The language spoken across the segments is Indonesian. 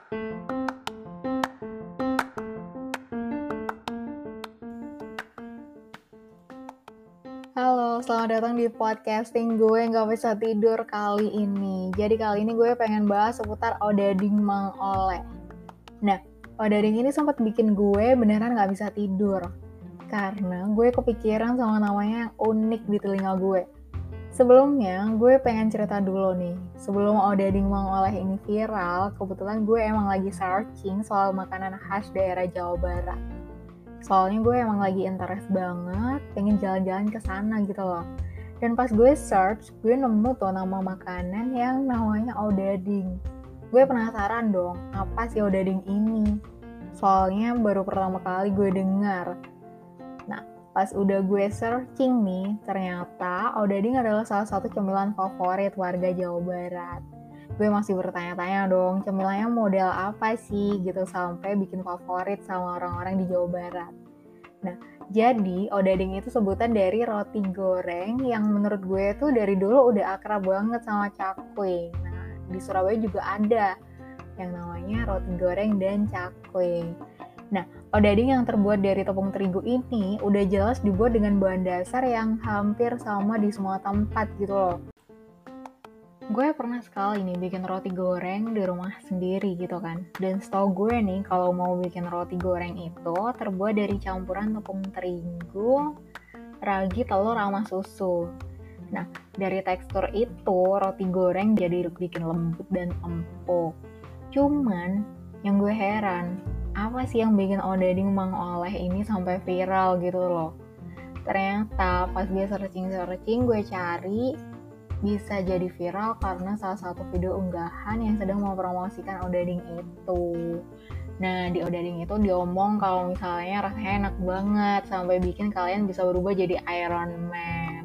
Halo, selamat datang di podcasting gue nggak bisa tidur kali ini. Jadi kali ini gue pengen bahas seputar Odading Mang Oleh. Nah, Odading ini sempat bikin gue beneran nggak bisa tidur. Karena gue kepikiran sama namanya yang unik di telinga gue. Sebelumnya, gue pengen cerita dulu nih. Sebelum Odading Mang Oleh ini viral, kebetulan gue emang lagi searching soal makanan khas daerah Jawa Barat. Soalnya gue emang lagi interest banget, pengen jalan-jalan ke sana gitu loh. Dan pas gue search, gue nemu tuh nama makanan yang namanya odading. Gue penasaran dong, apa sih odading ini? Soalnya baru pertama kali gue dengar. Nah, pas udah gue searching nih, ternyata odading adalah salah satu cemilan favorit warga Jawa Barat. Gue masih bertanya-tanya dong, cemilannya model apa sih gitu sampai bikin favorit sama orang-orang di Jawa Barat. Nah, jadi odading itu sebutan dari roti goreng yang menurut gue tuh dari dulu udah akrab banget sama cakwe. Nah, di Surabaya juga ada yang namanya roti goreng dan cakwe. Nah, odading yang terbuat dari tepung terigu ini udah jelas dibuat dengan bahan dasar yang hampir sama di semua tempat gitu loh. Gue pernah sekali nih bikin roti goreng di rumah sendiri gitu kan. Dan setahu gue nih kalau mau bikin roti goreng itu terbuat dari campuran tepung terigu, ragi, telur, sama susu. Nah, dari tekstur itu roti goreng jadi bikin lembut dan empuk. Cuman yang gue heran, apa sih yang bikin odading Mang Oleh ini sampai viral gitu loh. Ternyata pas gue searching gue cari bisa jadi viral karena salah satu video unggahan yang sedang mempromosikan odading itu. Nah, di odading itu diomong kalau misalnya rasanya enak banget sampai bikin kalian bisa berubah jadi Iron Man.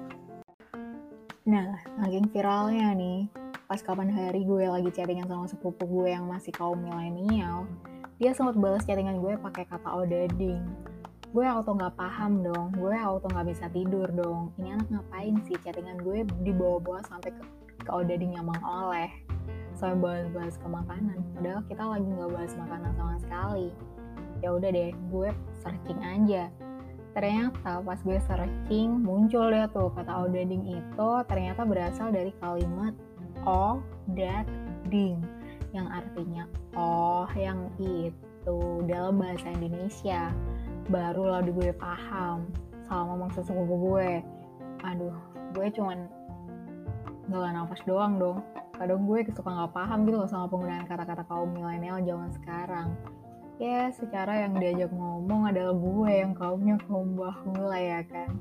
Nah, saking viralnya nih, pas kapan hari gue lagi chattingan sama sepupu gue yang masih kaum milenial, dia sempat balas chattingan gue pakai kata odading. Gue auto gak paham dong, gue auto gak bisa tidur dong. Ini anak ngapain sih chattingan gue dibawa-bawa sampai ke odadingnya Mang Oleh. Sampai bahas-bahas ke makanan, padahal kita lagi gak bahas makanan sama sekali. Ya udah deh, gue searching aja. Ternyata pas gue searching, muncul deh tuh kata odading itu ternyata berasal dari kalimat odading, yang artinya oh yang itu dalam bahasa Indonesia. Baru lah gue paham sama maksud sepupu gue. Aduh, gue cuman gak nafas doang dong. Kadang gue suka gak paham gitu loh sama penggunaan kata-kata kaum milenial zaman sekarang. Ya, secara yang diajak ngomong adalah gue yang kaumnya kaum bahula ya kan.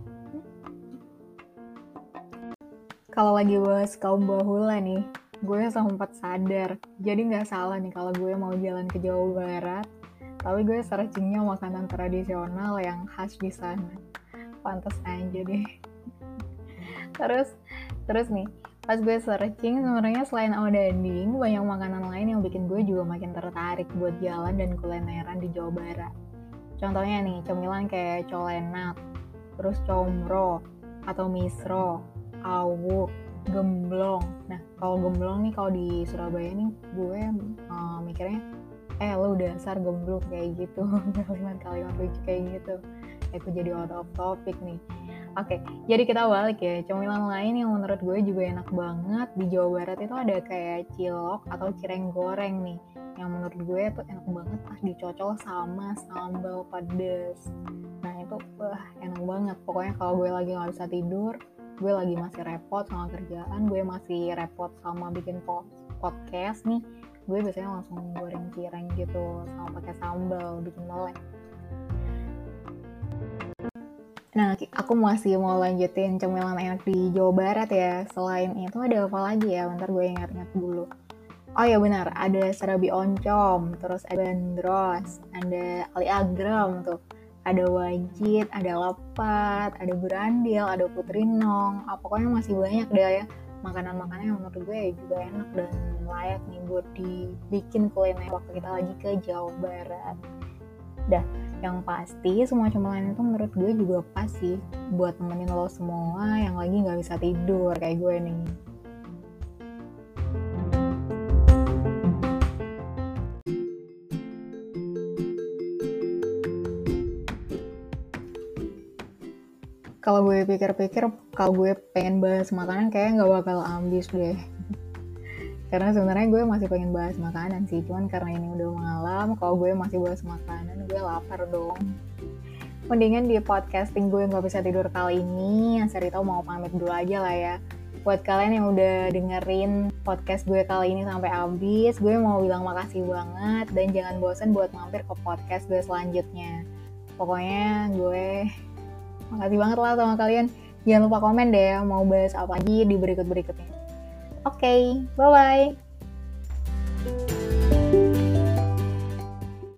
Kalau lagi bahas kaum bahula nih, gue sempat sadar. Jadi gak salah nih kalau gue mau jalan ke Jawa Barat, tapi gue searchingnya makanan tradisional yang khas di sana. Pantes aja deh. Terus nih, pas gue searching sebenarnya selain odading, banyak makanan lain yang bikin gue juga makin tertarik buat jalan dan kulineran di Jawa Barat. Contohnya nih, cemilan kayak colenak, terus comro, atau misro, awuk, gemblong. Nah, kalau gemblong nih, kalau di Surabaya nih, gue mikirnya lu dasar gemblok kayak gitu. kalimat lucu kayak gitu. Itu jadi out of topic nih. Oke, jadi kita balik ya. Cemilan lain yang menurut gue juga enak banget di Jawa Barat itu ada kayak cilok atau cireng goreng nih. Yang menurut gue tuh enak banget pas dicocol sama sambal pedas. Nah itu enak banget. Pokoknya kalau gue lagi gak bisa tidur, gue lagi masih repot sama kerjaan, gue masih repot sama bikin podcast nih, gue biasanya langsung goreng cireng gitu sama pakai sambal, bikin melek. Nah, aku masih mau lanjutin cemilan enak di Jawa Barat ya. Selain itu ada apa lagi ya? Bentar gue ingat-ingat dulu. Oh ya benar, ada serabi oncom, terus ada bandros, ada ali agram tuh. Ada wajit, ada lepat, ada berandil, ada putrinong. Pokoknya masih banyak deh ya makanan-makanan yang menurut gue juga enak dan layak nih buat dibikin kuliner waktu kita lagi ke Jawa Barat. Dah, yang pasti semua cemilan itu menurut gue juga pas sih buat nemenin lo semua yang lagi gak bisa tidur kayak gue nih. kalau gue pikir-pikir, kalau gue pengen bahas makanan kayaknya nggak bakal ambis deh. Karena sebenarnya gue masih pengen bahas makanan sih, cuman karena ini udah malam, kalau gue masih bahas makanan, gue lapar dong. Mendingan di podcasting gue nggak bisa tidur kali ini, Sarito mau pamit dulu aja lah ya. Buat kalian yang udah dengerin podcast gue kali ini sampai habis, gue mau bilang makasih banget dan jangan bosan buat mampir ke podcast gue selanjutnya. Pokoknya gue makasih banget lah sama kalian. Jangan lupa komen deh mau bahas apa lagi di berikut-berikutnya. Oke, bye-bye.